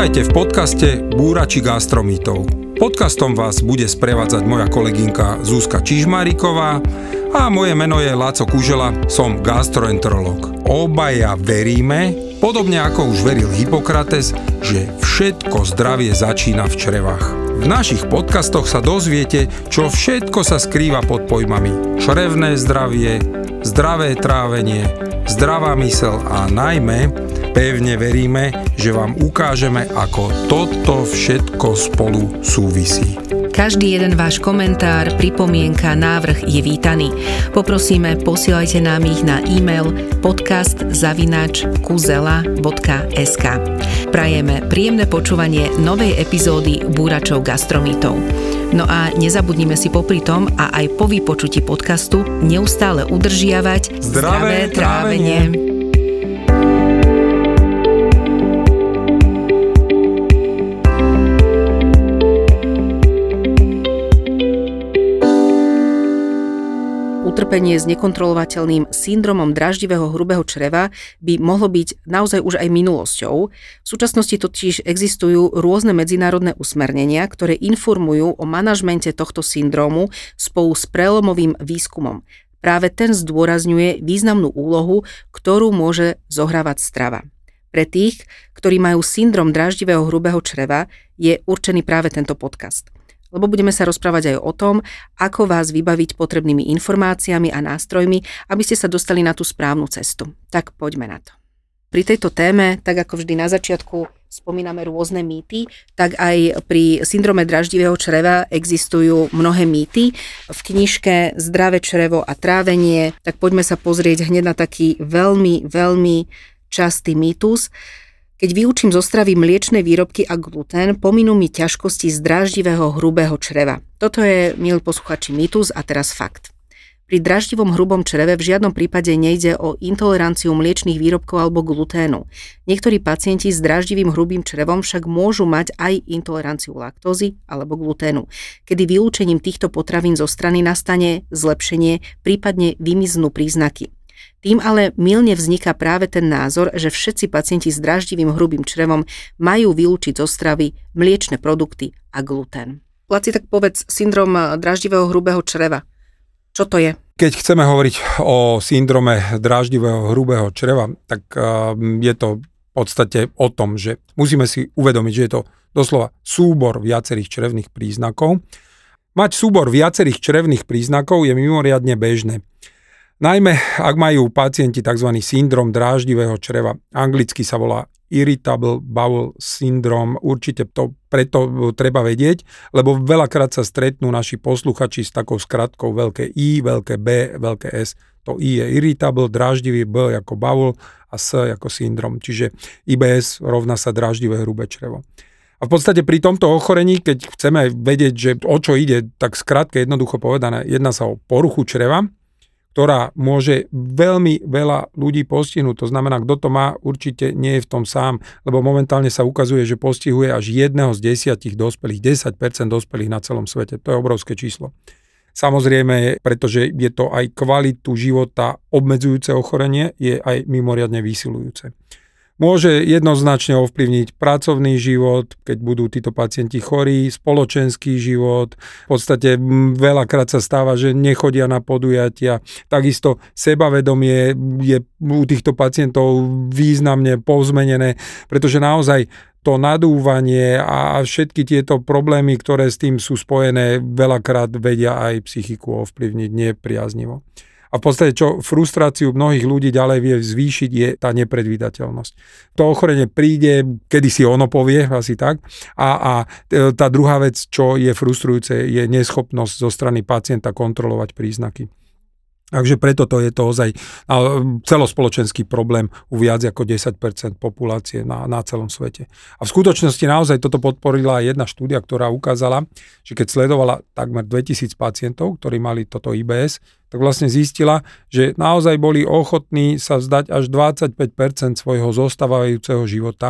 Vítajte v podcaste Búrači gastromýtov. Podcastom vás bude sprevádzať moja kolegynka Zuzka Čižmáriková a moje meno je Láco Kužela, som gastroenterológ. Obaja veríme, podobne ako už veril Hippokrates, že všetko zdravie začína v črevách. V našich podcastoch sa dozviete, čo všetko sa skrýva pod pojmami črevné zdravie, zdravé trávenie, zdravá myseľ a najmä pevne veríme, že vám ukážeme, ako toto všetko spolu súvisí. Každý jeden váš komentár, pripomienka, návrh je vítaný. Poprosíme, posielajte nám ich na e-mail podcast@kuzela.sk. Prajeme príjemné počúvanie novej epizódy Búračov gastromýtov. No a nezabudnime si popri tom a aj po vypočutí podcastu neustále udržiavať zdravé trávenie. Utrpenie s nekontrolovateľným syndromom dráždivého hrubého čreva by mohlo byť naozaj už aj minulosťou. V súčasnosti totiž existujú rôzne medzinárodné usmernenia, ktoré informujú o manažmente tohto syndrómu spolu s prelomovým výskumom. Práve ten zdôrazňuje významnú úlohu, ktorú môže zohrávať strava. Pre tých, ktorí majú syndrom dráždivého hrubého čreva, je určený práve tento podcast. Lebo budeme sa rozprávať aj o tom, ako vás vybaviť potrebnými informáciami a nástrojmi, aby ste sa dostali na tú správnu cestu. Tak poďme na to. Pri tejto téme, tak ako vždy na začiatku spomíname rôzne mýty, tak aj pri syndrome dráždivého čreva existujú mnohé mýty. V knižke Zdravé črevo a trávenie, tak poďme sa pozrieť hneď na taký veľmi, veľmi častý mýtus. Keď vyučím zo stravy mliečne výrobky a glutén, pominú mi ťažkosti z dráždivého hrubého čreva. Toto je, milí posluchači, mýtus a teraz fakt. Pri dráždivom hrubom čreve v žiadnom prípade nejde o intoleranciu mliečnych výrobkov alebo gluténu. Niektorí pacienti s dráždivým hrubým črevom však môžu mať aj intoleranciu laktózy alebo gluténu, kedy vylúčením týchto potravín zo strany nastane zlepšenie, prípadne vymiznú príznaky. Tým ale mylne vzniká práve ten názor, že všetci pacienti s dráždivým hrubým črevom majú vylúčiť zo stravy mliečne produkty a glutén. Laci, tak povedz, syndrom dráždivého hrubého čreva. Čo to je? Keď chceme hovoriť o syndrome dráždivého hrubého čreva, tak je to v podstate o tom, že musíme si uvedomiť, že je to doslova súbor viacerých črevných príznakov. Mať súbor viacerých črevných príznakov je mimoriadne bežné. Najmä, ak majú pacienti tzv. Syndrom dráždivého čreva, anglicky sa volá Irritable Bowel Syndrome, určite to preto treba vedieť, lebo veľakrát sa stretnú naši posluchači s takou skratkou veľké I, veľké B, veľké S. To I je irritable, dráždivý, B ako bowel a S ako syndrom, čiže IBS rovná sa dráždivé hrubé črevo. A v podstate pri tomto ochorení, keď chceme vedieť, že o čo ide, tak skratke jednoducho povedané, jedná sa o poruchu čreva, ktorá môže veľmi veľa ľudí postihnúť. To znamená, kto to má, určite nie je v tom sám, lebo momentálne sa ukazuje, že postihuje až 1 z 10 dospelých, 10% dospelých na celom svete. To je obrovské číslo. Samozrejme, pretože je to aj kvalitu života obmedzujúce ochorenie, je aj mimoriadne vysilujúce. Môže jednoznačne ovplyvniť pracovný život, keď budú títo pacienti chorí, spoločenský život. V podstate veľakrát sa stáva, že nechodia na podujatia. Takisto sebavedomie je u týchto pacientov významne povzmenené, pretože naozaj to nadúvanie a všetky tieto problémy, ktoré s tým sú spojené, veľakrát vedia aj psychiku ovplyvniť nepriaznivo. A v podstate, čo frustráciu mnohých ľudí ďalej vie zvýšiť, je tá nepredvídateľnosť. To ochorenie príde, kedy si ono povie, asi tak. A tá druhá vec, čo je frustrujúce, je neschopnosť zo strany pacienta kontrolovať príznaky. Takže preto to je to ozaj celospoločenský problém u viac ako 10% populácie na celom svete. A v skutočnosti naozaj toto podporila jedna štúdia, ktorá ukázala, že keď sledovala takmer 2000 pacientov, ktorí mali toto IBS, tak vlastne zistila, že naozaj boli ochotní sa vzdať až 25% svojho zostávajúceho života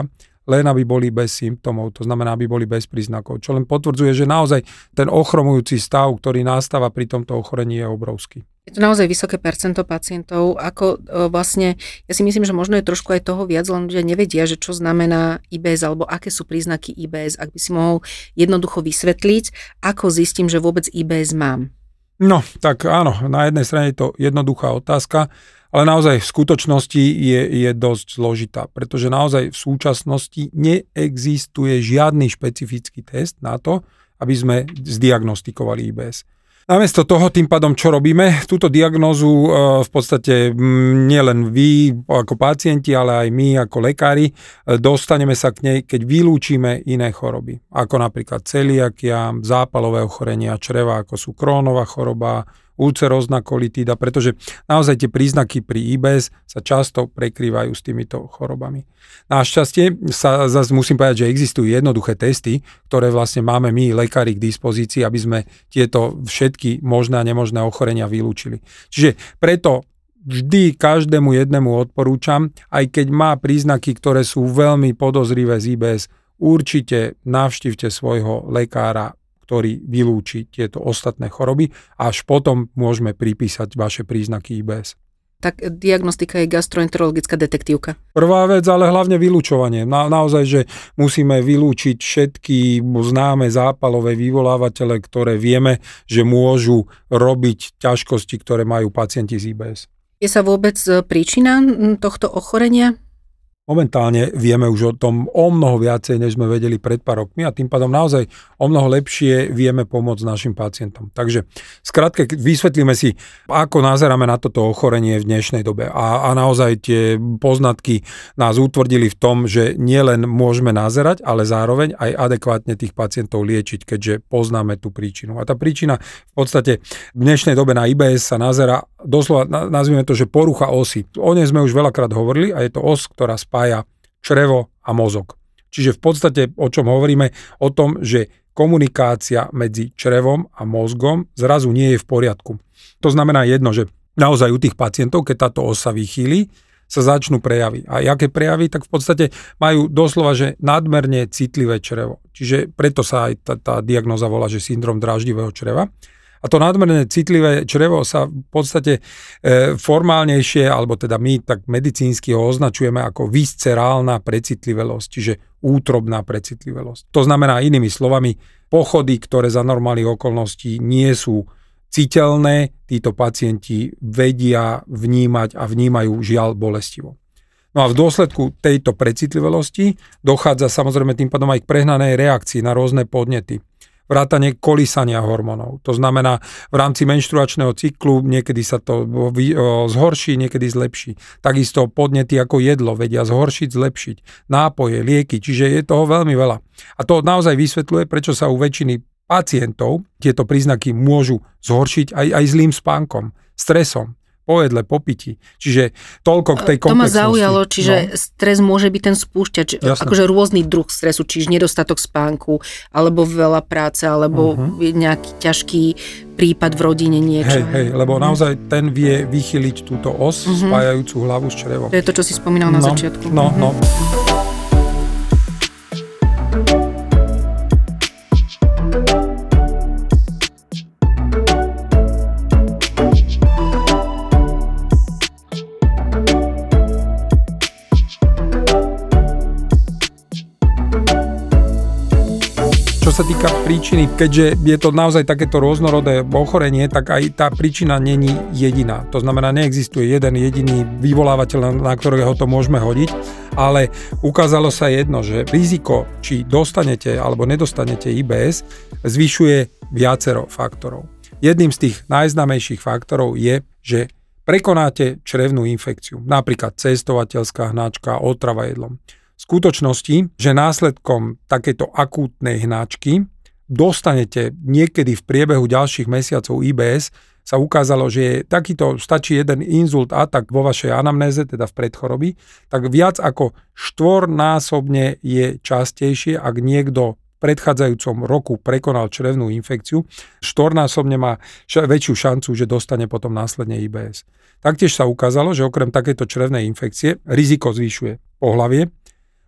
len aby boli bez symptómov, to znamená, aby boli bez príznakov, čo len potvrdzuje, že naozaj ten ochromujúci stav, ktorý nastáva pri tomto ochorení, je obrovský. Je to naozaj vysoké percento pacientov, ako vlastne, ja si myslím, že možno je trošku aj toho viac, len ľudia nevedia, že čo znamená IBS, alebo aké sú príznaky IBS, ak by si mohol jednoducho vysvetliť, ako zistím, že vôbec IBS mám. No, tak áno, na jednej strane je to jednoduchá otázka, ale naozaj v skutočnosti je dosť zložitá, pretože naozaj v súčasnosti neexistuje žiadny špecifický test na to, aby sme zdiagnostikovali IBS. Namiesto toho, tým pádom, čo robíme, túto diagnózu v podstate nielen vy ako pacienti, ale aj my ako lekári dostaneme sa k nej, keď vylúčime iné choroby, ako napríklad celiakia, zápalové ochorenia čreva, ako sú Crohnova choroba, ulcerózna kolitída, pretože naozaj tie príznaky pri IBS sa často prekrývajú s týmito chorobami. Našťastie sa zase musím povedať, že existujú jednoduché testy, ktoré vlastne máme my, lekári, k dispozícii, aby sme tieto všetky možné a nemožné ochorenia vylúčili. Čiže preto vždy každému jednému odporúčam, aj keď má príznaky, ktoré sú veľmi podozrivé z IBS, určite navštívte svojho lekára, ktorý vylúči tieto ostatné choroby, a až potom môžeme pripísať vaše príznaky IBS. Tak diagnostika je gastroenterologická detektívka. Prvá vec, ale hlavne vylúčovanie. Naozaj, že musíme vylúčiť všetky známe zápalové vyvolávatele, ktoré vieme, že môžu robiť ťažkosti, ktoré majú pacienti z IBS. Je sa vôbec príčina tohto ochorenia? Momentálne vieme už o tom mnoho viacej, než sme vedeli pred pár rokmi, a tým pádom naozaj o mnoho lepšie vieme pomôcť našim pacientom. Takže skrátke vysvetlíme si, ako nazeráme na toto ochorenie v dnešnej dobe. A naozaj tie poznatky nás utvrdili v tom, že nielen môžeme nazerať, ale zároveň aj adekvátne tých pacientov liečiť, keďže poznáme tú príčinu. A tá príčina v podstate v dnešnej dobe na IBS sa nazerá doslova, nazvime to, že porucha osy. O nej sme už veľakrát hovorili, a je to os, ktorá spája črevo a mozog. Čiže v podstate, o čom hovoríme? O tom, že komunikácia medzi črevom a mozgom zrazu nie je v poriadku. To znamená jedno, že naozaj u tých pacientov, keď táto os sa vychýli, sa začnú prejavy. A aké prejavy? Tak v podstate majú doslova, že nadmerne citlivé črevo. Čiže preto sa aj tá diagnóza volá, že syndrom dráždivého čreva. A to nadmerne citlivé črevo sa v podstate formálnejšie, alebo teda my tak medicínsky ho označujeme ako viscerálna precitlivelosť, čiže útrobná precitlivelosť. To znamená inými slovami, pochody, ktoré za normálnych okolností nie sú citeľné, títo pacienti vedia vnímať a vnímajú žiaľ bolestivo. No a v dôsledku tejto precitlivelosti dochádza samozrejme tým pádom aj k prehnanej reakcii na rôzne podnety. Vrátane kolísania hormónov. To znamená, v rámci menštruačného cyklu niekedy sa to zhorší, niekedy zlepší. Takisto podnety ako jedlo vedia zhoršiť, zlepšiť. Nápoje, lieky, čiže je toho veľmi veľa. A to naozaj vysvetľuje, prečo sa u väčšiny pacientov tieto príznaky môžu zhoršiť aj zlým spánkom, stresom, po jedle, po pití. Čiže toľko k tej komplexnosti. To ma zaujalo, čiže stres môže byť ten spúšťač, akože rôzny druh stresu, čiže nedostatok spánku, alebo veľa práce, alebo nejaký ťažký prípad v rodine, niečo. Hej, lebo naozaj ten vie vychyliť túto os spájajúcu hlavu s črevom. To je to, čo si spomínal na začiatku. No. Čo sa týka príčiny, keďže je to naozaj takéto rôznorodé ochorenie, tak aj tá príčina není jediná. To znamená, neexistuje jeden jediný vyvolávateľ, na ktorého to môžeme hodiť, ale ukázalo sa jedno, že riziko, či dostanete alebo nedostanete IBS, zvyšuje viacero faktorov. Jedným z tých najznámejších faktorov je, že prekonáte črevnú infekciu, napríklad cestovateľská hnačka, otrava jedlom. V skutočnosti, že následkom takejto akútnej hnačky dostanete niekedy v priebehu ďalších mesiacov IBS, sa ukázalo, že stačí jeden inzult atak vo vašej anamnéze, teda v predchorobi, tak viac ako 4-násobne je častejšie, ak niekto v predchádzajúcom roku prekonal črevnú infekciu, 4-násobne má väčšiu šancu, že dostane potom následne IBS. Taktiež sa ukázalo, že okrem takéto črevnej infekcie riziko zvyšuje pohlavie,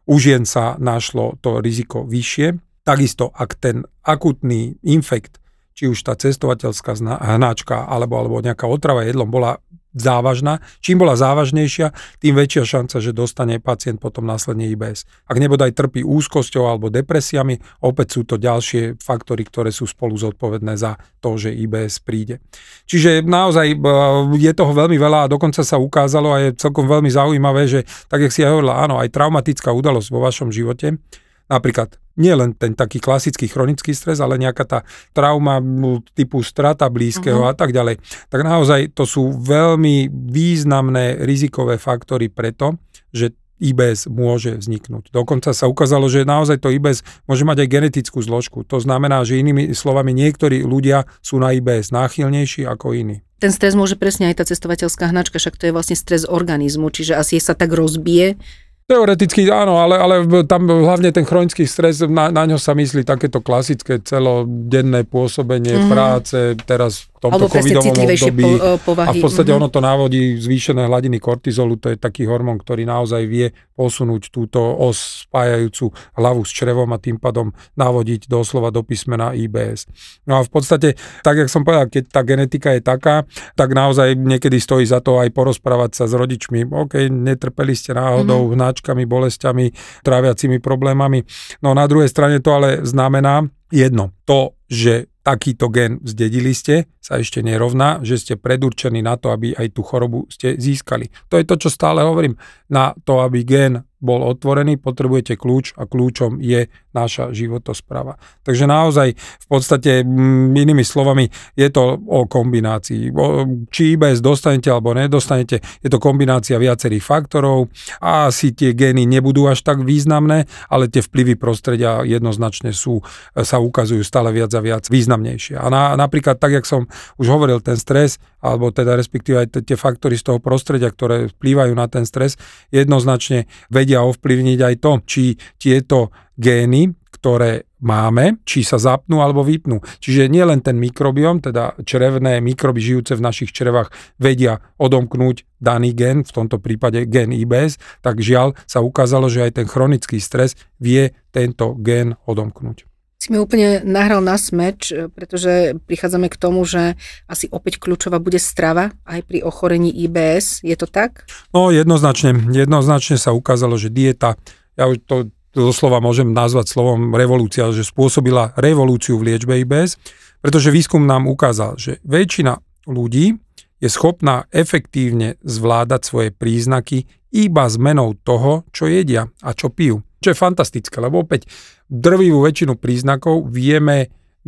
U žien sa našlo to riziko vyššie. Takisto, ak ten akutný infekt, či už tá cestovateľská hnačka alebo nejaká otrava jedlom bola závažná, čím bola závažnejšia, tým väčšia šanca, že dostane pacient potom následne IBS. Ak nebodaj trpí úzkosťou alebo depresiami, opäť sú to ďalšie faktory, ktoré sú spolu zodpovedné za to, že IBS príde. Čiže naozaj je toho veľmi veľa a dokonca sa ukázalo a je celkom veľmi zaujímavé, že tak, jak si ja hovorila, áno, aj traumatická udalosť vo vašom živote, napríklad nie len ten taký klasický chronický stres, ale nejaká tá trauma typu strata blízkeho a tak ďalej. Tak naozaj to sú veľmi významné rizikové faktory preto, že IBS môže vzniknúť. Dokonca sa ukázalo, že naozaj to IBS môže mať aj genetickú zložku. To znamená, že inými slovami niektorí ľudia sú na IBS náchylnejší ako iní. Ten stres môže presne aj tá cestovateľská hnačka, však to je vlastne stres organizmu, čiže asi sa tak rozbije. Teoreticky áno, ale tam hlavne ten chronický stres, na ňo sa myslí takéto klasické celodenné pôsobenie práce, teraz v tomto covidovom období. A v podstate ono to návodí zvýšené hladiny kortizolu, to je taký hormón, ktorý naozaj vie posunúť túto os spájajúcu hlavu s črevom a tým pádom navodiť doslova do písmena IBS. No a v podstate, tak jak som povedal, keď tá genetika je taká, tak naozaj niekedy stojí za to aj porozprávať sa s rodičmi. OK, netrpeli ste náhodou hnačkami, bolestiami, tráviacimi problémami. No na druhej strane to ale znamená jedno. To, že takýto gen zdedili ste, sa ešte nerovná, že ste predurčení na to, aby aj tú chorobu ste získali. To je to, čo stále hovorím. Na to, aby gen bol otvorený, potrebujete kľúč a kľúčom je naša životospráva. Takže naozaj v podstate inými slovami je to o kombinácii. Či IBS dostanete alebo nedostanete, je to kombinácia viacerých faktorov a asi tie gény nebudú až tak významné, ale tie vplyvy prostredia jednoznačne sa ukazujú stále viac a viac významnejšie. A napríklad tak, jak som už hovoril, ten stres, alebo teda respektíve aj tie faktory z toho prostredia, ktoré vplývajú na ten stres, jednoznačne vedia ovplyvniť aj to, či tieto gény, ktoré máme, či sa zapnú alebo vypnú. Čiže nie len ten mikrobióm, teda črevné mikroby žijúce v našich črevách vedia odomknúť daný gen, v tomto prípade gen IBS, tak žiaľ sa ukázalo, že aj ten chronický stres vie tento gen odomknúť. Si mi úplne nahral na smeč, pretože prichádzame k tomu, že asi opäť kľúčová bude strava aj pri ochorení IBS. Je to tak? No jednoznačne sa ukázalo, že dieta, ja už to doslova môžem nazvať slovom revolúcia, že spôsobila revolúciu v liečbe IBS, pretože výskum nám ukázal, že väčšina ľudí je schopná efektívne zvládať svoje príznaky iba zmenou toho, čo jedia a čo pijú. Čo je fantastické, lebo opäť drvivú väčšinu príznakov vieme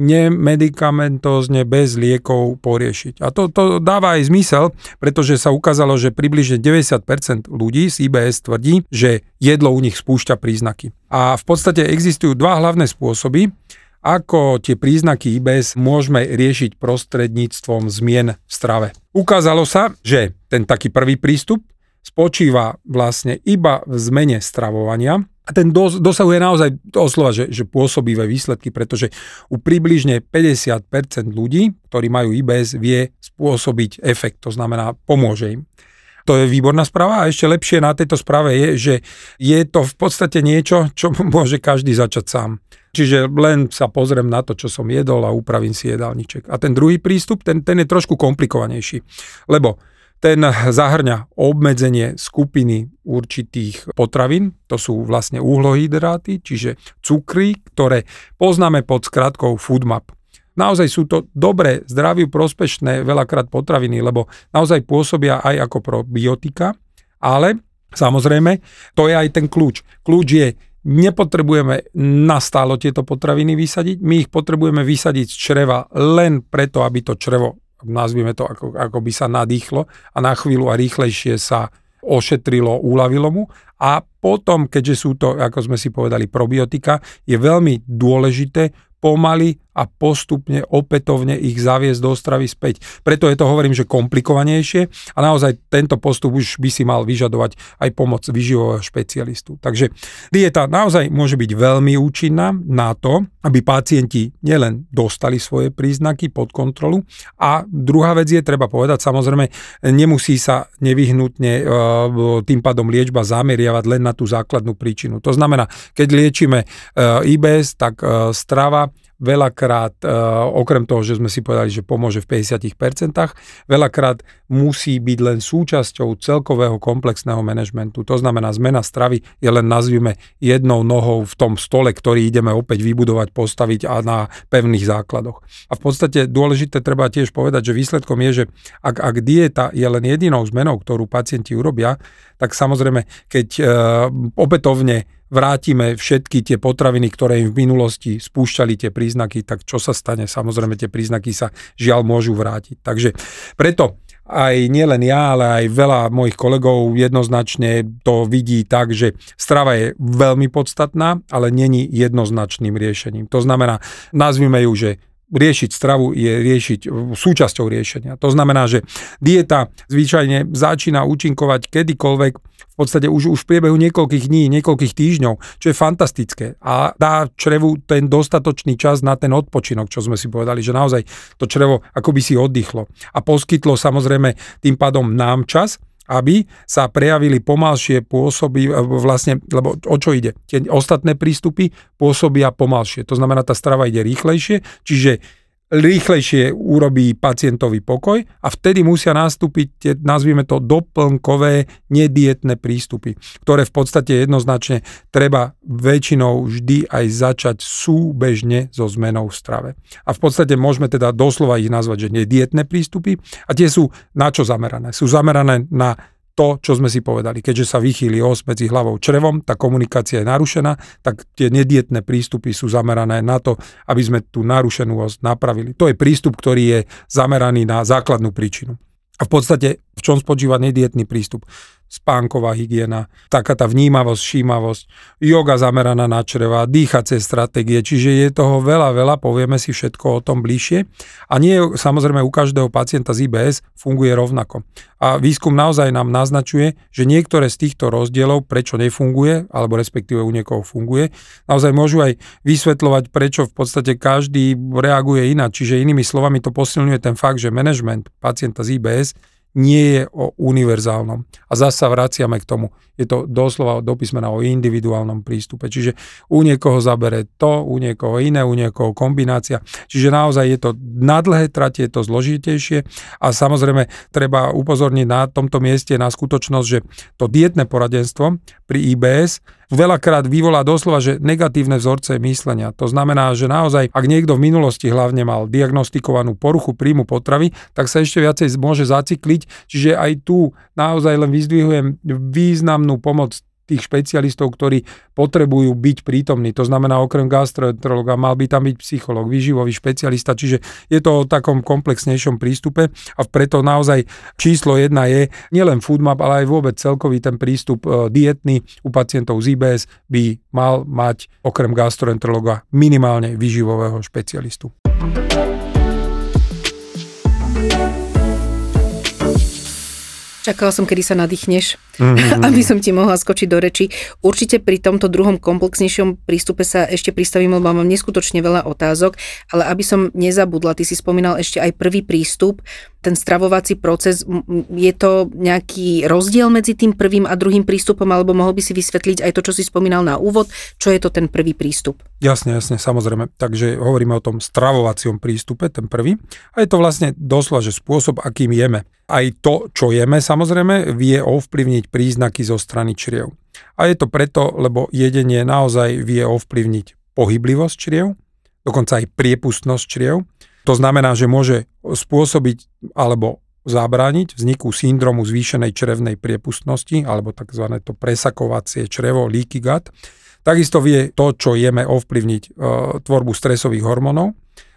nemedikamentózne bez liekov poriešiť. A to dáva aj zmysel, pretože sa ukázalo, že približne 90% ľudí z IBS tvrdí, že jedlo u nich spúšťa príznaky. A v podstate existujú dva hlavné spôsoby, ako tie príznaky IBS môžeme riešiť prostredníctvom zmien v strave. Ukázalo sa, že ten taký prvý prístup spočíva vlastne iba v zmene stravovania a ten dosahuje naozaj doslova, že pôsobivé výsledky, pretože u približne 50% ľudí, ktorí majú IBS, vie spôsobiť efekt, to znamená pomôže im. To je výborná správa a ešte lepšie na tejto správe je, že je to v podstate niečo, čo môže každý začať sám. Čiže len sa pozriem na to, čo som jedol a upravím si jedálniček. A ten druhý prístup, ten je trošku komplikovanejší, lebo ten zahŕňa obmedzenie skupiny určitých potravín, to sú vlastne uhlohydráty, čiže cukry, ktoré poznáme pod skratkou FODMAP. Naozaj sú to dobré, zdraviu prospešné veľakrát potraviny, lebo naozaj pôsobia aj ako probiotika, ale samozrejme, to je aj ten kľúč. Kľúč je, nepotrebujeme nastálo tieto potraviny vysadiť, my ich potrebujeme vysadiť z čreva len preto, aby to črevo, nazvime to, ako by sa nadýchlo a na chvíľu a rýchlejšie sa ošetrilo, uľavilo mu. A potom, keďže sú to, ako sme si povedali, probiotika, je veľmi dôležité pomaly a postupne opätovne ich zaviesť do stravy späť. Preto je to, hovorím, že komplikovanejšie a naozaj tento postup už by si mal vyžadovať aj pomoc výživového špecialistu. Takže dieta naozaj môže byť veľmi účinná na to, aby pacienti nielen dostali svoje príznaky pod kontrolu a druhá vec je, treba povedať, samozrejme, nemusí sa nevyhnutne tým pádom liečba zameriavať len na tú základnú príčinu. To znamená, keď liečíme IBS, tak strava veľakrát, okrem toho, že sme si povedali, že pomôže v 50%, veľakrát musí byť len súčasťou celkového komplexného manažmentu. To znamená, zmena stravy je len, nazvime, jednou nohou v tom stole, ktorý ideme opäť vybudovať, postaviť a na pevných základoch. A v podstate dôležité treba tiež povedať, že výsledkom je, že ak dieta je len jedinou zmenou, ktorú pacienti urobia, tak samozrejme, keď opätovne vrátime všetky tie potraviny, ktoré im v minulosti spúšťali tie príznaky, tak čo sa stane? Samozrejme, tie príznaky sa žiaľ môžu vrátiť. Takže preto aj nielen ja, ale aj veľa mojich kolegov jednoznačne to vidí tak, že strava je veľmi podstatná, ale není jednoznačným riešením. To znamená, nazvime ju, že riešiť stravu je riešiť súčasťou riešenia. To znamená, že dieta zvyčajne začína účinkovať kedykoľvek, v podstate už v priebehu niekoľkých dní, niekoľkých týždňov, čo je fantastické a dá črevu ten dostatočný čas na ten odpočinok, čo sme si povedali, že naozaj to črevo akoby si oddychlo a poskytlo samozrejme tým pádom nám čas, aby sa prejavili pomalšie pôsoby, vlastne, lebo o čo ide? Tie ostatné prístupy pôsobia pomalšie. To znamená, tá strava ide rýchlejšie, čiže rýchlejšie urobí pacientový pokoj a vtedy musia nastúpiť tie, nazvime to, doplnkové nedietné prístupy, ktoré v podstate jednoznačne treba väčšinou vždy aj začať súbežne so zmenou v strave. A v podstate môžeme teda doslova ich nazvať, že nedietné prístupy a tie sú na čo zamerané? Sú zamerané na to, čo sme si povedali. Keďže sa vychýli os medzi hlavou a črevom, tá komunikácia je narušená, tak tie nedietné prístupy sú zamerané na to, aby sme tú narušenú os napravili. To je prístup, ktorý je zameraný na základnú príčinu. A v podstate, v čom spočíva nedietný prístup? Spánková hygiena, taká tá vnímavosť, všímavosť, yoga zameraná na čreva, dýchacie stratégie, čiže je toho veľa, povieme si všetko o tom bližšie. A nie samozrejme u každého pacienta z IBS funguje rovnako. A výskum naozaj nám naznačuje, že niektoré z týchto rozdielov, prečo nefunguje, alebo respektíve u niekoho funguje, naozaj môžu aj vysvetľovať, prečo v podstate každý reaguje ináč. Čiže inými slovami to posilňuje ten fakt, že manažment pacienta z IBS nie je o univerzálnom. A zase sa vraciame k tomu. Je to doslova do písmena o individuálnom prístupe. Čiže u niekoho zabere to, u niekoho iné, u niekoho kombinácia. Čiže naozaj je to na dlhé trate, je to zložitejšie a samozrejme treba upozorniť na tomto mieste na skutočnosť, že to dietné poradenstvo pri IBS veľakrát vyvolá doslova, že negatívne vzorce myslenia. To znamená, že naozaj, ak niekto v minulosti hlavne mal diagnostikovanú poruchu príjmu potravy, tak sa ešte viacej môže zacykliť. Čiže aj tu naozaj len vyzdvihujem významnú pomoc tých špecialistov, ktorí potrebujú byť prítomní. To znamená, okrem gastroenterológa mal by tam byť psychológ, výživový špecialista, čiže je to o takom komplexnejšom prístupe a preto naozaj číslo 1 je nielen FoodMap, ale aj vôbec celkový ten prístup dietný u pacientov z IBS by mal mať okrem gastroenterológa minimálne výživového špecialistu. Čakala som, kedy sa nadýchneš, aby som ti mohla skočiť do reči. Určite pri tomto druhom komplexnejšom prístupe sa ešte pristavím, lebo mám neskutočne veľa otázok, ale aby som nezabudla, ty si spomínal ešte aj prvý prístup, ten stravovací proces. Je to nejaký rozdiel medzi tým prvým a druhým prístupom, alebo mohol by si vysvetliť aj to, čo si spomínal na úvod, čo je to ten prvý prístup? Jasne, samozrejme. Takže hovoríme o tom stravovacom prístupe, ten prvý. A je to vlastne doslova, že spôsob, akým jeme. Aj to, čo jeme, samozrejme, vie ovplyvniť príznaky zo strany čriev. A je to preto, lebo jedenie naozaj vie ovplyvniť pohyblivosť čriev, dokonca aj priepustnosť čriev. To znamená, že môže spôsobiť alebo zabrániť vzniku syndromu zvýšenej črevnej priepustnosti alebo tzv. To presakovacie črevo, leaky gut. Takisto vie to, čo jeme, ovplyvniť tvorbu stresových hormónov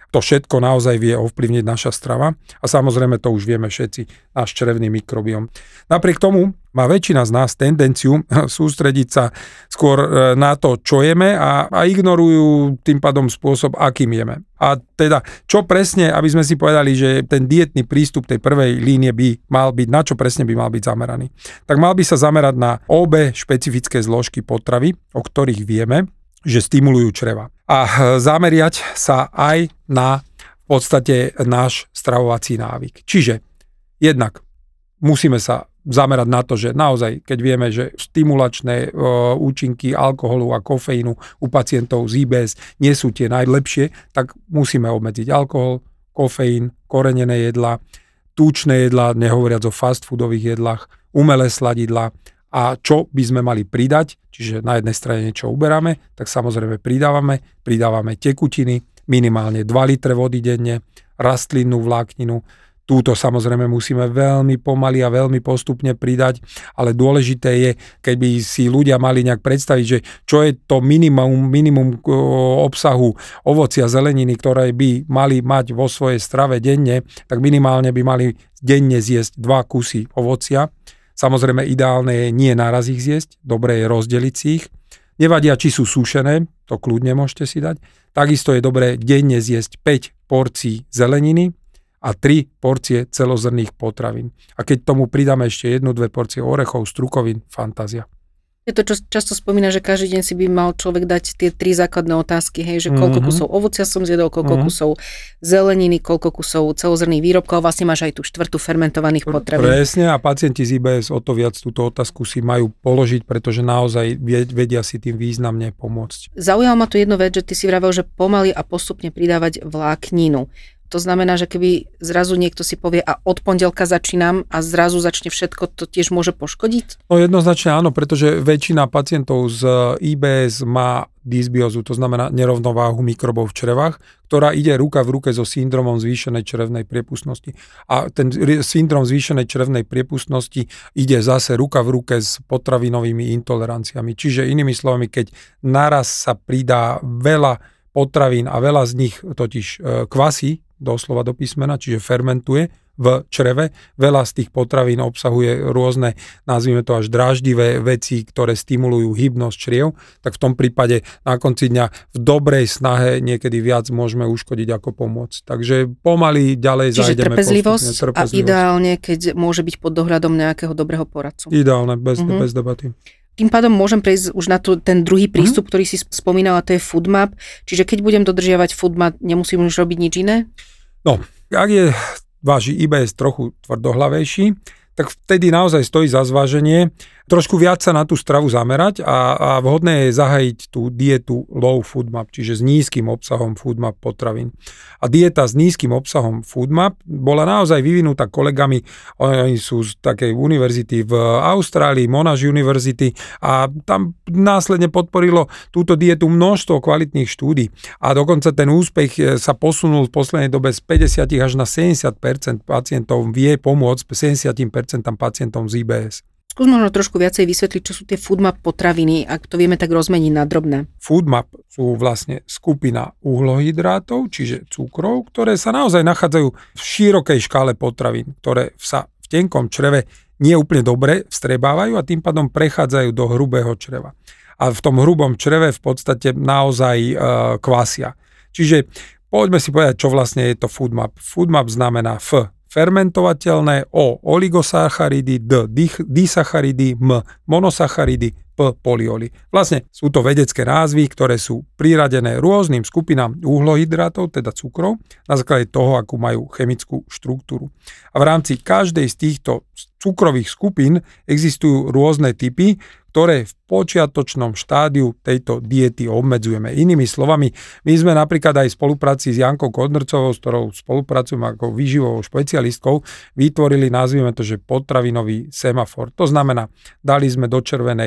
To všetko naozaj vie ovplyvniť naša strava a samozrejme to už vieme všetci, náš črevný mikrobióm. Napriek tomu má väčšina z nás tendenciu sústrediť sa skôr na to, čo jeme a ignorujú tým pádom spôsob, akým jeme. A teda, čo presne, aby sme si povedali, že ten dietný prístup tej prvej línie by mal byť, na čo presne by mal byť zameraný. Tak mal by sa zamerať na obe špecifické zložky potravy, o ktorých vieme, že stimulujú čreva. A zameriať sa aj na v podstate náš stravovací návyk. Čiže jednak musíme sa zamerať na to, že naozaj, keď vieme, že stimulačné účinky alkoholu a kofeínu u pacientov z IBS nie sú tie najlepšie, tak musíme obmedziť alkohol, kofeín, korenené jedlá, tučné jedlá, nehovoriac o fast foodových jedlách, umelé sladidlá. A čo by sme mali pridať, čiže na jednej strane niečo uberáme, tak samozrejme pridávame tekutiny, minimálne 2 litre vody denne, rastlinnú vlákninu. Túto samozrejme musíme veľmi pomaly a veľmi postupne pridať, ale dôležité je, keby si ľudia mali nejak predstaviť, že čo je to minimum obsahu ovocia, zeleniny, ktoré by mali mať vo svojej strave denne, tak minimálne by mali denne zjesť 2 kusy ovocia. Samozrejme ideálne je nie naraz ich zjesť, dobre je rozdeliť si ich. Nevadia, či sú sušené, to kľudne môžete si dať. Takisto je dobré denne zjesť 5 porcií zeleniny a 3 porcie celozrnných potravín. A keď tomu pridáme ešte 1-2 porcie orechov, strukovín, fantázia. Je to, čo často spomína, že každý deň si by mal človek dať tie 3 základné otázky, hej, že koľko kusov ovocia som zjedol, koľko kusov zeleniny, koľko kusov celozrnných výrobkov, vlastne máš aj tú 4. fermentovaných potravín. Presne, a pacienti z IBS o to viac túto otázku si majú položiť, pretože naozaj vedia si tým významne pomôcť. Zaujala ma tu jednu vec, že ty si vravel, že pomaly a postupne pridávať vlákninu. To znamená, že keby zrazu niekto si povie a od pondelka začínam a zrazu začne všetko, to tiež môže poškodiť? No jednoznačne áno, pretože väčšina pacientov z IBS má dysbiózu, to znamená nerovnováhu mikrobov v črevách, ktorá ide ruka v ruke so syndromom zvýšenej črevnej priepustnosti. A ten syndrom zvýšenej črevnej priepustnosti ide zase ruka v ruke s potravinovými intoleranciami. Čiže inými slovami, keď naraz sa pridá veľa potravín a veľa z nich totiž kvasí, doslova do písmena, čiže fermentuje v čreve. Veľa z tých potravín obsahuje rôzne, nazvime to až dráždivé veci, ktoré stimulujú hybnosť čriev, tak v tom prípade na konci dňa v dobrej snahe niekedy viac môžeme uškodiť ako pomôcť. Takže pomaly ďalej čiže zajdeme. Trpezlivosť a ideálne, keď môže byť pod dohľadom nejakého dobrého poradcu. Ideálne, bez debaty. Tým pádom môžem prejsť už na ten druhý prístup, ktorý si spomínala, to je FoodMap. Čiže keď budem dodržiavať FoodMap, nemusím už robiť nič iné? No, ak je váš IBS trochu tvrdohlavejší, tak vtedy naozaj stojí za zváženie trošku viac sa na tú stravu zamerať a vhodné je zahájiť tú dietu low FoodMap, čiže s nízkym obsahom FoodMap potravín. A dieta s nízkym obsahom FoodMap bola naozaj vyvinutá kolegami, oni sú z takej univerzity v Austrálii, Monash University, a tam následne podporilo túto dietu množstvo kvalitných štúdí. A dokonca ten úspech sa posunul v poslednej dobe z 50 až na 70% pacientov vie pomôcť 70% pacientom z IBS. Skús možno trošku viacej vysvetliť, čo sú tie FoodMap potraviny, ak to vieme tak rozmeniť na drobné. FoodMap sú vlastne skupina uhlohydrátov, čiže cukrov, ktoré sa naozaj nachádzajú v širokej škále potravín, ktoré sa v tenkom čreve nie úplne dobre vstrebávajú a tým pádom prechádzajú do hrubého čreva. A v tom hrubom čreve v podstate naozaj kvasia. Čiže poďme si povedať, čo vlastne je to FoodMap. FoodMap znamená F fermentovateľné, O oligosacharidy, D disacharidy, M monosacharidy, P polyoly. Vlastne sú to vedecké názvy, ktoré sú priradené rôznym skupinám uhlohydrátov, teda cukrov, na základe toho, akú majú chemickú štruktúru. A v rámci každej z týchto cukrových skupín existujú rôzne typy, ktoré v počiatočnom štádiu tejto diety obmedzujeme. Inými slovami, my sme napríklad aj v spolupráci s Jankou Kodrcovou, s ktorou spolupracujem ako výživovou špecialistkou, vytvorili, nazvime to, že potravinový semafor. To znamená, dali sme do červenej farby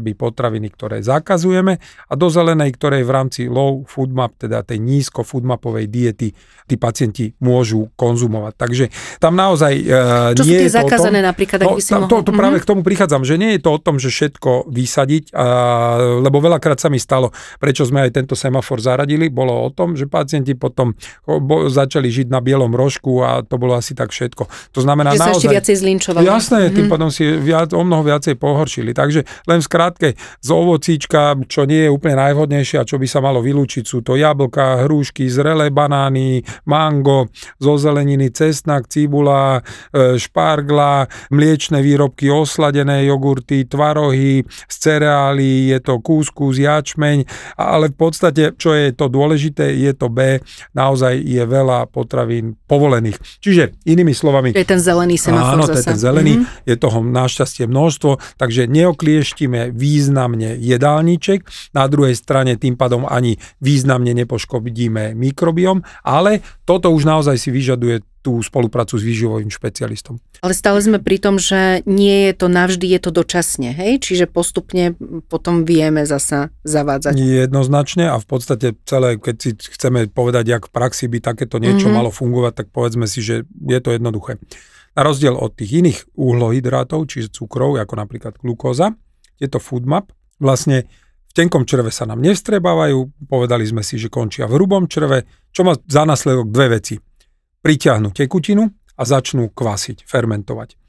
farby potraviny, ktoré zakazujeme a do zelenej, ktorej v rámci low food map, teda tej nízko food mapovej diety, tí pacienti môžu konzumovať. Takže tam naozaj čo nie sú tie je to zakázané o tom, napríklad, ak by si mohol... to práve k tomu prichádzam, že nie je to o tom, že všetko vysadiť, lebo veľakrát sa mi stalo, prečo sme aj tento semafor zaradili, bolo o tom, že pacienti potom začali žiť na bielom rožku a to bolo asi tak všetko. To znamená že sa naozaj... ešte viacej zlinčovali. Jasné, tým pádom si o mnoho viacej pohoršili. Takže len v skrátke z ovocíčka, čo nie je úplne najvhodnejšie a čo by sa malo vylúčiť, sú to jablká, hrušky, zrelé banány, mango, zo zeleniny cesnak, cibula, špargla, mliečne výrobky, osladené jogurty, tvarohy, z cereálií, je to kúskus, jačmeň, ale v podstate, čo je to dôležité, je to B, naozaj je veľa potravín povolených. Čiže inými slovami... To je ten zelený semafor áno, zasa. to je ten zelený, je toho našťastie množstvo, takže neoklieštime významne jedálniček, na druhej strane tým pádom ani významne nepoškodíme mikrobióm, ale toto už naozaj si vyžaduje tú spoluprácu s výživovým špecialistom. Ale stále sme pri tom, že nie je to navždy, je to dočasne, hej? Čiže postupne potom vieme zasa zavádzať. Jednoznačne a v podstate celé, keď si chceme povedať, jak v praxi by takéto niečo malo fungovať, tak povedzme si, že je to jednoduché. Na rozdiel od tých iných uhlohydrátov, čiže cukrov, ako napríklad glukóza, tieto food map vlastne v tenkom čreve sa nám nevstrebávajú, povedali sme si, že končia v hrubom čreve, čo má za následok dve veci. Pritiahnu tekutinu a začnú kvasiť, fermentovať.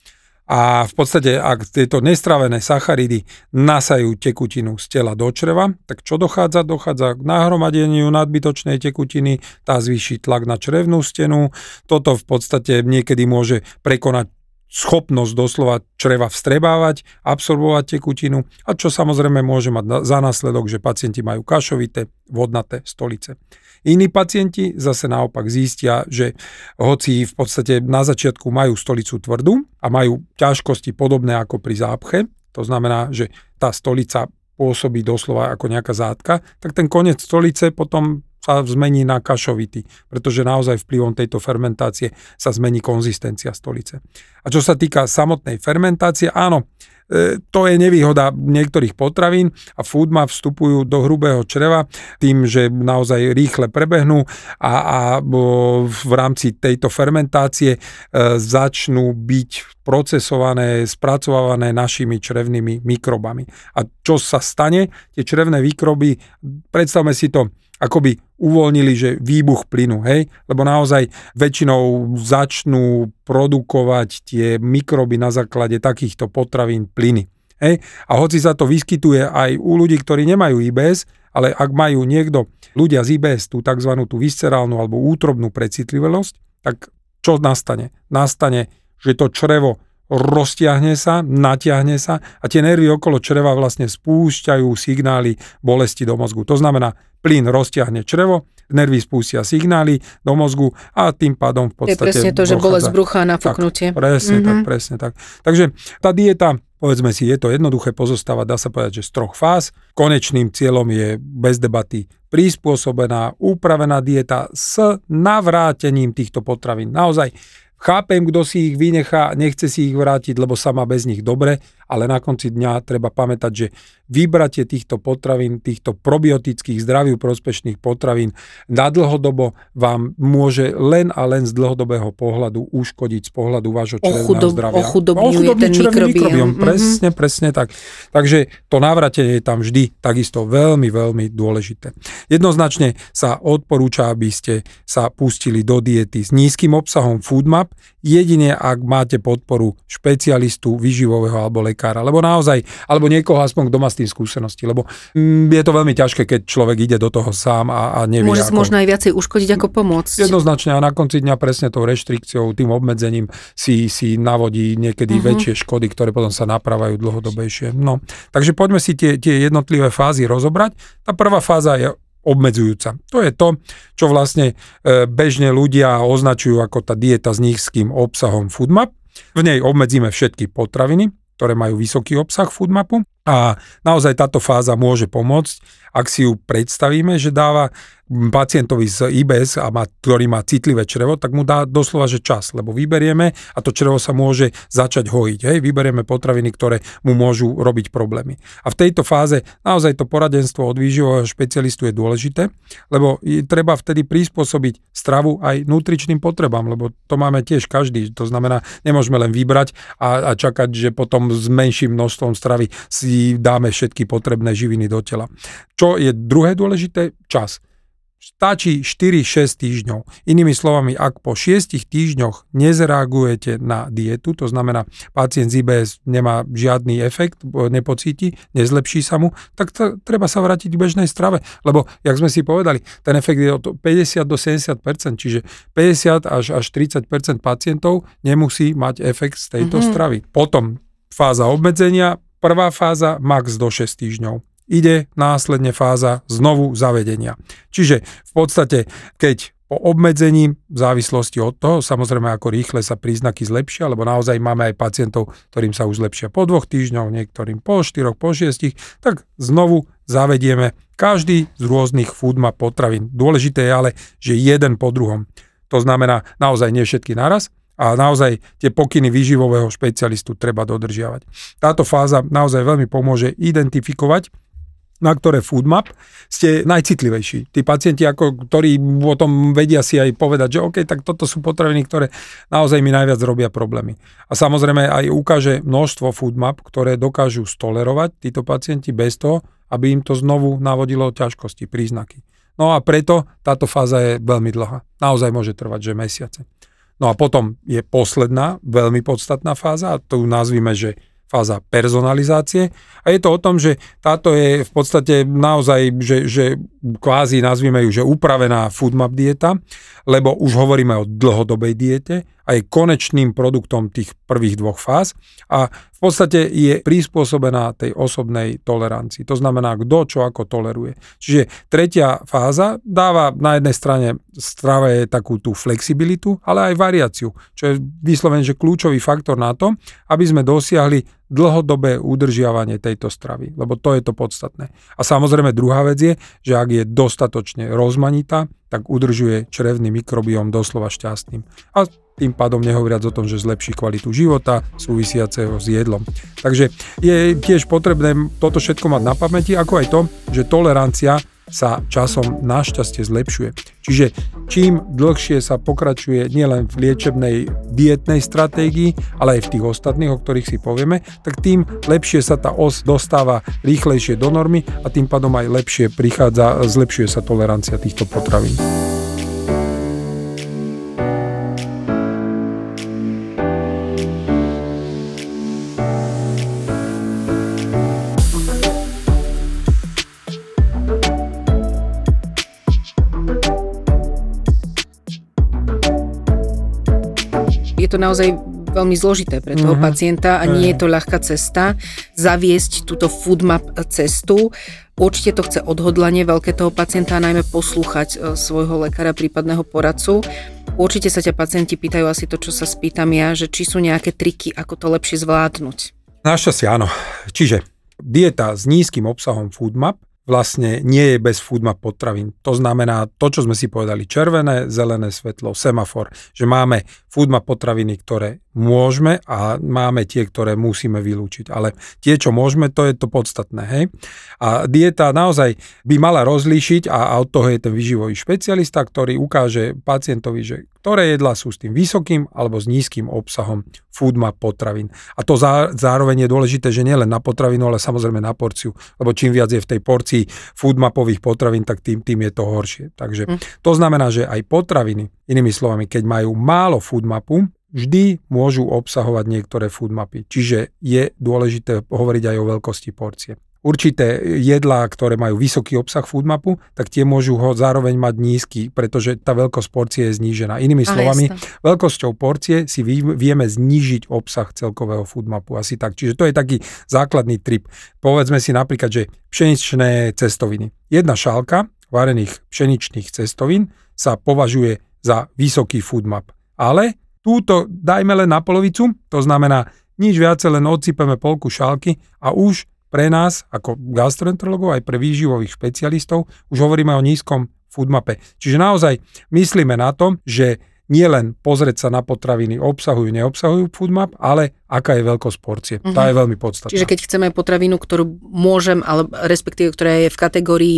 A v podstate, ak tieto nestravené sacharidy nasajú tekutinu z tela do čreva, tak čo dochádza? Dochádza k nahromadeniu nadbytočnej tekutiny, tá zvýši tlak na črevnú stenu. Toto v podstate niekedy môže prekonať schopnosť doslova čreva vstrebávať, absorbovať tekutinu a čo samozrejme môže mať za následok, že pacienti majú kašovité, vodnaté stolice. Iní pacienti zase naopak zistia, že hoci v podstate na začiatku majú stolicu tvrdú a majú ťažkosti podobné ako pri zápche, to znamená, že tá stolica pôsobí doslova ako nejaká zátka, tak ten koniec stolice potom sa zmení na kašovitý, pretože naozaj vplyvom tejto fermentácie sa zmení konzistencia stolice. A čo sa týka samotnej fermentácie, áno, to je nevýhoda niektorých potravín a food map vstupujú do hrubého čreva tým, že naozaj rýchle prebehnú a v rámci tejto fermentácie začnú byť procesované, spracovávané našimi črevnými mikrobami. A čo sa stane? Tie črevné mikroby, predstavme si to, akoby uvoľnili, že výbuch plynu, hej? Lebo naozaj väčšinou začnú produkovať tie mikroby na základe takýchto potravín plyny. Hej? A hoci sa to vyskytuje aj u ľudí, ktorí nemajú IBS, ale ak majú ľudia z IBS, tú tzv. Tú viscerálnu alebo útrobnú precitlivosť, tak čo nastane? Nastane, že to črevo roztiahne sa, natiahne sa a tie nervy okolo čreva vlastne spúšťajú signály bolesti do mozgu. To znamená, plyn roztiahne črevo, nervy spustia signály do mozgu a tým pádom v podstate... Je presne to, že bolesť brucha a nafúknutie. Presne tak. Takže tá dieta, povedzme si, je to jednoduché, pozostáva, dá sa povedať, že z 3 fáz. Konečným cieľom je bez debaty prispôsobená, upravená dieta s navrátením týchto potravín. Naozaj chápem, kto si ich vynechá, nechce si ich vrátiť, lebo sa má bez nich dobre, ale na konci dňa treba pamätať, že vybratie týchto potravín, týchto probiotických, zdraviu prospešných potravín na dlhodobo vám môže len a len z dlhodobého pohľadu uškodiť z pohľadu vášho črevného zdravia. Ochudobňuje ten mikrobióm. Presne tak. Takže to návratenie je tam vždy takisto veľmi, veľmi dôležité. Jednoznačne sa odporúča, aby ste sa pustili do diety s nízkym obsahom food map, jedine ak máte podporu špecialistu, výživového alebo lekára, alebo naozaj, alebo niekoho aspoň, kto má s tým skúsenosti, lebo je to veľmi ťažké, keď človek ide do toho sám a nevie môže ako. Možno aj viacej uškodiť ako pomôcť. Jednoznačne a na konci dňa presne tou reštrikciou, tým obmedzením si navodí niekedy väčšie škody, ktoré potom sa napravajú dlhodobejšie. No, takže poďme si tie jednotlivé fázy rozobrať. Tá prvá fáza je obmedzujúca. To je to, čo vlastne bežne ľudia označujú ako tá dieta s nízkym obsahom food map. V nej obmedzíme všetky potraviny, ktoré majú vysoký obsah food mapu. A naozaj táto fáza môže pomôcť, ak si ju predstavíme, že dáva pacientovi z IBS, ktorý má citlivé črevo, tak mu dá doslova, že čas, lebo vyberieme a to črevo sa môže začať hojiť. Vyberieme potraviny, ktoré mu môžu robiť problémy. A v tejto fáze naozaj to poradenstvo od výživového špecialistu je dôležité, lebo treba vtedy prispôsobiť stravu aj nutričným potrebám, lebo to máme tiež každý. To znamená, nemôžeme len vybrať a čakať, že potom s menším množstvom stravy si dáme všetky potrebné živiny do tela. Čo je druhé dôležité? Čas. Stačí 4-6 týždňov. Inými slovami, ak po 6 týždňoch nezareagujete na dietu, to znamená, pacient z IBS nemá žiadny efekt, nepocíti, nezlepší sa mu, tak treba sa vrátiť k bežnej strave. Lebo, jak sme si povedali, ten efekt je od 50 do 70%, čiže 50 až 30% pacientov nemusí mať efekt z tejto stravy. Potom fáza obmedzenia, prvá fáza max do 6 týždňov. Ide následne fáza znovu zavedenia. Čiže v podstate, keď po obmedzení, v závislosti od toho, samozrejme ako rýchle sa príznaky zlepšia, lebo naozaj máme aj pacientov, ktorým sa už zlepšia po 2 týždňoch, niektorým po 4, po 6, tak znovu zavedieme každý z rôznych foodmap potravín. Dôležité je ale, že jeden po druhom. To znamená naozaj nie všetky naraz, a naozaj tie pokyny výživového špecialistu treba dodržiavať. Táto fáza naozaj veľmi pomôže identifikovať, na ktoré foodmap ste najcitlivejší. Tí pacienti, ktorí o tom vedia si aj povedať, že OK, tak toto sú potraviny, ktoré naozaj mi najviac robia problémy. A samozrejme aj ukáže množstvo foodmap, ktoré dokážu stolerovať títo pacienti bez toho, aby im to znovu navodilo ťažkosti, príznaky. No a preto táto fáza je veľmi dlhá. Naozaj môže trvať, že mesiace. No a potom je posledná, veľmi podstatná fáza, a to nazvime, že fáza personalizácie. A je to o tom, že táto je v podstate naozaj, že kvázi nazvime ju, že upravená foodmap dieta, lebo už hovoríme o dlhodobej diete a je konečným produktom tých prvých 2 fáz a v podstate je prispôsobená tej osobnej tolerancii. To znamená, kto čo ako toleruje. Čiže tretia fáza dáva na jednej strane strave takú tú flexibilitu, ale aj variáciu, čo je vyslovene, že kľúčový faktor na to, aby sme dosiahli dlhodobé udržiavanie tejto stravy, lebo to je to podstatné. A samozrejme druhá vec je, že ak je dostatočne rozmanitá, tak udržuje črevný mikrobióm doslova šťastným. A tým pádom nehovoriac o tom, že zlepší kvalitu života súvisiaceho s jedlom. Takže je tiež potrebné toto všetko mať na pamäti, ako aj to, že tolerancia sa časom našťastie zlepšuje. Čiže čím dlhšie sa pokračuje nielen v liečebnej dietnej stratégii, ale aj v tých ostatných, o ktorých si povieme, tak tým lepšie sa tá os dostáva rýchlejšie do normy a tým pádom aj lepšie zlepšuje sa tolerancia týchto potravín. Je to naozaj veľmi zložité pre toho pacienta a nie je to ľahká cesta zaviesť túto foodmap cestu. Určite to chce odhodlanie veľké toho pacienta a najmä poslúchať svojho lekára, prípadného poradcu. Určite sa ťa pacienti pýtajú asi to, čo sa spýtam ja, že či sú nejaké triky, ako to lepšie zvládnuť. Našťastie áno. Čiže dieta s nízkym obsahom foodmap vlastne nie je bez foodmap potravín. To znamená to, čo sme si povedali, červené, zelené svetlo, semafor, že máme foodmap potraviny, ktoré môžeme a máme tie, ktoré musíme vylúčiť. Ale tie, čo môžeme, to je to podstatné. Hej? A dieta naozaj by mala rozlíšiť a od toho je ten výživový špecialista, ktorý ukáže pacientovi, že ktoré jedlá sú s tým vysokým alebo s nízkym obsahom foodmap potravín. A to zároveň je dôležité, že nielen na potravinu, ale samozrejme na porciu. Lebo čím viac je v tej porcii foodmapových potravín, tak tým je to horšie. Takže to znamená, že aj potraviny, inými slovami, keď majú málo foodmapu, vždy môžu obsahovať niektoré foodmapy. Čiže je dôležité hovoriť aj o veľkosti porcie. Určité jedlá, ktoré majú vysoký obsah foodmapu, tak tie môžu ho zároveň mať nízky, pretože tá veľkosť porcie je znížená. Inými slovami, veľkosťou porcie si vieme znížiť obsah celkového foodmapu. Asi tak. Čiže to je taký základný trip. Povedzme si napríklad, že pšeničné cestoviny. Jedna šálka varených pšeničných cestovín sa považuje za vysoký foodmap. Ale túto dajme len na polovicu, to znamená nič viacej, len odsypeme polku šálky a už pre nás, ako gastroenterologov, aj pre výživových špecialistov, už hovoríme o nízkom foodmape. Čiže naozaj myslíme na to, že nie len pozrieť sa na potraviny, obsahujú, neobsahujú foodmap, ale aká je veľkosť porcie. Tá je veľmi podstatná. Čiže keď chceme potravinu, ktorú môžem, ale respektíve, ktorá je v kategórii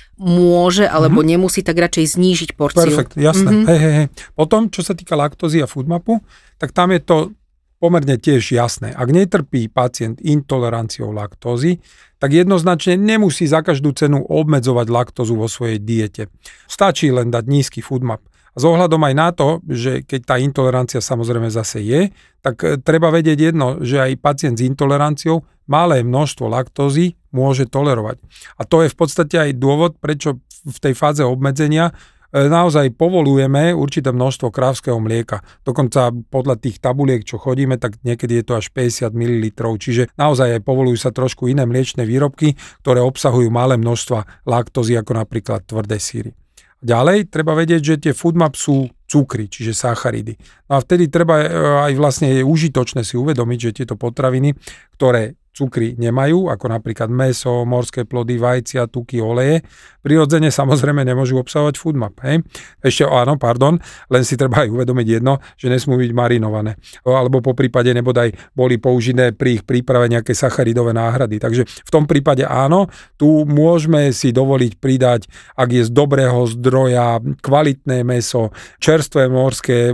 môže alebo nemusí, tak radšej znížiť porciu. Perfekt, jasné. Hej. Potom, čo sa týka laktózy a foodmapu, tak tam je to pomerne tiež jasné. Ak netrpí pacient intoleranciou laktózy, tak jednoznačne nemusí za každú cenu obmedzovať laktózu vo svojej diete. Stačí len dať nízky foodmap. A s ohľadom aj na to, že keď tá intolerancia samozrejme zase je, tak treba vedieť jedno, že aj pacient s intoleranciou malé množstvo laktózy môže tolerovať. A to je v podstate aj dôvod, prečo v tej fáze obmedzenia naozaj povolujeme určité množstvo krávskeho mlieka. Dokonca podľa tých tabuliek, čo chodíme, tak niekedy je to až 50 ml. Čiže naozaj aj povolujú sa trošku iné mliečne výrobky, ktoré obsahujú malé množstva laktózy, ako napríklad tvrdé syry. Ďalej treba vedieť, že tie foodmap sú cukry, čiže sacharidy. No a vtedy treba aj vlastne je užitočné si uvedomiť, že tieto potraviny, ktoré cukry nemajú, ako napríklad mäso, morské plody, vajcia, tuky, oleje, prirodzene samozrejme nemôžu obsahovať foodmap. Hej? Ešte áno, len si treba aj uvedomiť jedno, že nesmú byť marinované. Alebo po prípade nebodaj boli použité pri ich príprave nejaké sacharidové náhrady. Takže v tom prípade áno, tu môžeme si dovoliť pridať, ak je z dobrého zdroja, kvalitné mäso, čerstvé morské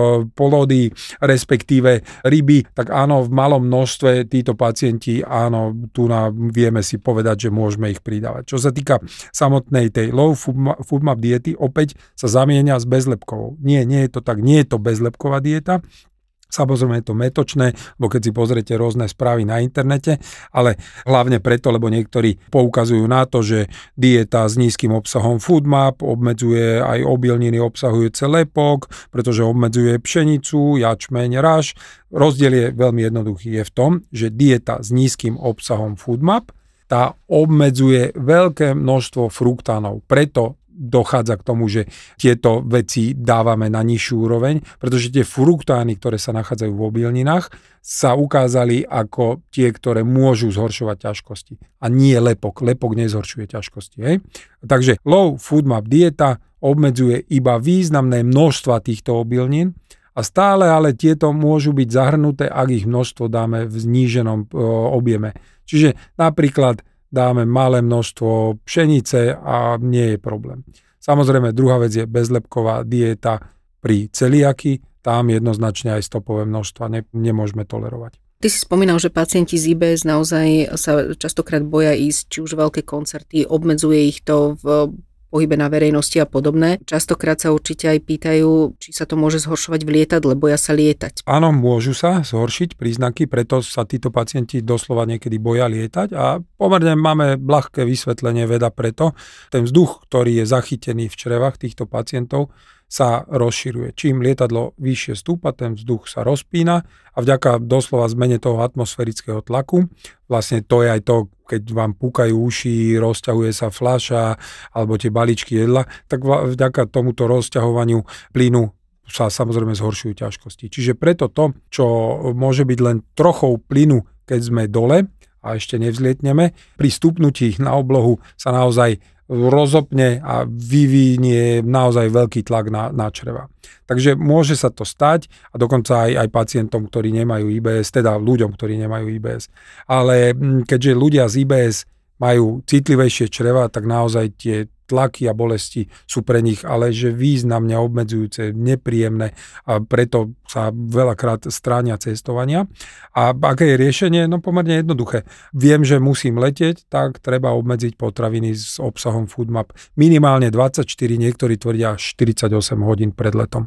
plody, respektíve ryby, tak áno, v malom množstve títo pacienti, áno, tu vieme si povedať, že môžeme ich pridávať. Čo sa týka samotnej tej low foodmap diety, opäť sa zamieňa s bezlepkovou. Nie je to tak, nie je to bezlepková dieta. Samozrejme je to mätočné, bo keď si pozriete rôzne správy na internete, ale hlavne preto, lebo niektorí poukazujú na to, že dieta s nízkym obsahom foodmap obmedzuje aj obilniny obsahujúce lepok, pretože obmedzuje pšenicu, jačmeň, raž. Rozdiel je veľmi jednoduchý, je v tom, že dieta s nízkym obsahom foodmap, tá obmedzuje veľké množstvo fruktánov. Preto dochádza k tomu, že tieto veci dávame na nižšiu úroveň, pretože tie fruktány, ktoré sa nachádzajú v obilninách, sa ukázali ako tie, ktoré môžu zhoršovať ťažkosti. A nie lepok. Lepok nezhoršuje ťažkosti. Hej? Takže low foodmap dieta obmedzuje iba významné množstva týchto obilnín a stále ale tieto môžu byť zahrnuté, ak ich množstvo dáme v zníženom objeme. Čiže napríklad dáme malé množstvo pšenice a nie je problém. Samozrejme, druhá vec je bezlepková dieta pri celiaki, tam jednoznačne aj stopové množstva nemôžeme tolerovať. Ty si spomínal, že pacienti z IBS naozaj sa častokrát boja ísť, či už veľké koncerty, obmedzuje ich to v pohybe na verejnosti a podobné. Častokrát sa určite aj pýtajú, či sa to môže zhoršovať v lietadle, boja sa lietať. Áno, môžu sa zhoršiť príznaky, preto sa títo pacienti doslova niekedy boja lietať a pomerne máme ľahké vysvetlenie veda preto. Ten vzduch, ktorý je zachytený v črevách týchto pacientov, sa rozširuje. Čím lietadlo vyššie stúpa, ten vzduch sa rozpína a vďaka doslova zmene toho atmosférického tlaku, vlastne to je aj to, keď vám púkajú uši, rozťahuje sa fľaša alebo tie balíčky jedla, tak vďaka tomuto rozťahovaniu plynu sa samozrejme zhoršujú ťažkosti. Čiže preto to, čo môže byť len trochou plynu, keď sme dole a ešte nevzlietneme, pri stupnutí na oblohu sa naozaj rozopne a vyvinie naozaj veľký tlak na čreva. Takže môže sa to stať a dokonca aj pacientom, ktorí nemajú IBS, teda ľuďom, ktorí nemajú IBS. Ale keďže ľudia z IBS majú citlivejšie čreva, tak naozaj tie tlaky a bolesti sú pre nich ale že významne obmedzujúce, nepríjemné a preto sa veľakrát stránia cestovania. A aké je riešenie? No pomerne jednoduché. Viem, že musím letieť, tak treba obmedziť potraviny s obsahom foodmap minimálne 24, niektorí tvrdia 48 hodín pred letom.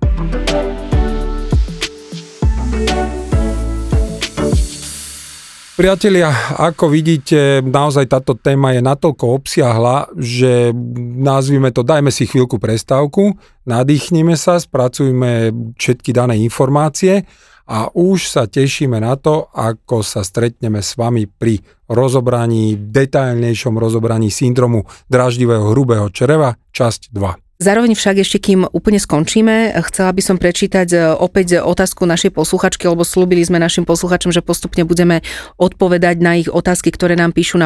Priatelia, ako vidíte, naozaj táto téma je natoľko obsiahla, že nazvime to, dajme si chvíľku prestávku, nadýchnime sa, spracujme všetky dané informácie a už sa tešíme na to, ako sa stretneme s vami pri detailnejšom rozobraní syndromu dráždivého hrubého čreva, časť 2. Zároveň však ešte, kým úplne skončíme, chcela by som prečítať opäť otázku našej posluchačky, lebo slúbili sme našim posluchačom, že postupne budeme odpovedať na ich otázky, ktoré nám píšu na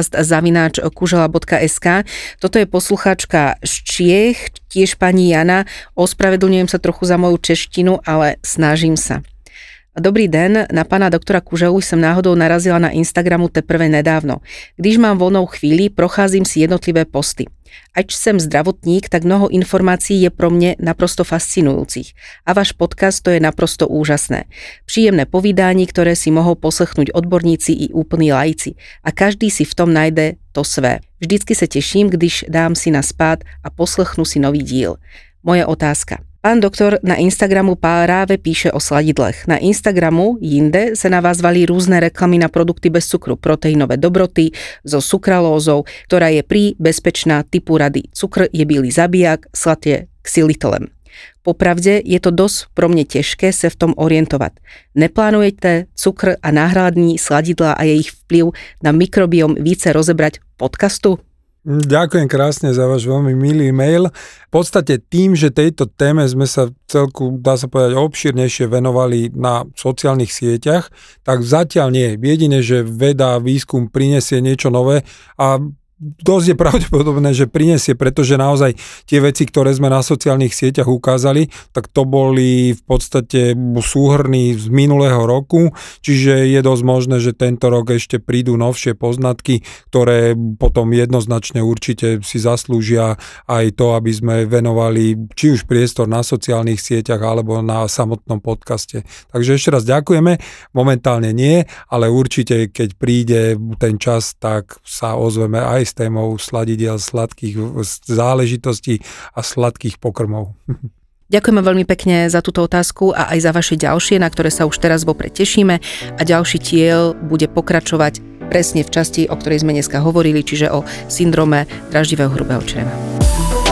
podcast@kužela.sk. Toto je posluchačka z Čiech, tiež pani Jana. Ospravedlňujem sa trochu za moju češtinu, ale snažím sa. Dobrý den, na pana doktora Kuželu jsem náhodou narazila na Instagramu teprve nedávno. Když mám volnou chvíli, procházím si jednotlivé posty. Ač jsem zdravotník, tak mnoho informací je pro mě naprosto fascinujúcich. A váš podcast to je naprosto úžasné. Příjemné povídání, ktoré si mohou poslechnuť odborníci i úplní laici. A každý si v tom najde to své. Vždycky se těším, když dám si na spát a poslechnu si nový díl. Moje otázka. Pán doktor na Instagramu práve píše o sladidlech. Na Instagramu jinde se na vás valí různé reklamy na produkty bez cukru, proteínové dobroty so sukralózou, ktorá je prý bezpečná, typu rady. Cukr je bílý zabijak, slad je xylitolem. Popravde je to dosť pro mne ťažké se v tom orientovať. Neplánujete cukr a náhradní sladidlá a jejich vplyv na mikrobiom více rozebrať v podcastu? Ďakujem krásne za váš veľmi milý mail. V podstate tým, že tejto téme sme sa celku, dá sa povedať, obšírnejšie venovali na sociálnych sieťach, tak zatiaľ nie. Jedine, že veda, výskum prinesie niečo nové a dosť je pravdepodobné, že prinesie, pretože naozaj tie veci, ktoré sme na sociálnych sieťach ukázali, tak to boli v podstate súhrny z minulého roku, čiže je dosť možné, že tento rok ešte prídu novšie poznatky, ktoré potom jednoznačne určite si zaslúžia aj to, aby sme venovali či už priestor na sociálnych sieťach alebo na samotnom podcaste. Takže ešte raz ďakujeme, momentálne nie, ale určite keď príde ten čas, tak sa ozveme aj s témou sladidiel, sladkých záležitostí a sladkých pokrmov. Ďakujeme veľmi pekne za túto otázku a aj za vaše ďalšie, na ktoré sa už teraz vopred tešíme a ďalší diel bude pokračovať presne v časti, o ktorej sme dneska hovorili, čiže o syndróme draždivého hrubého čreva.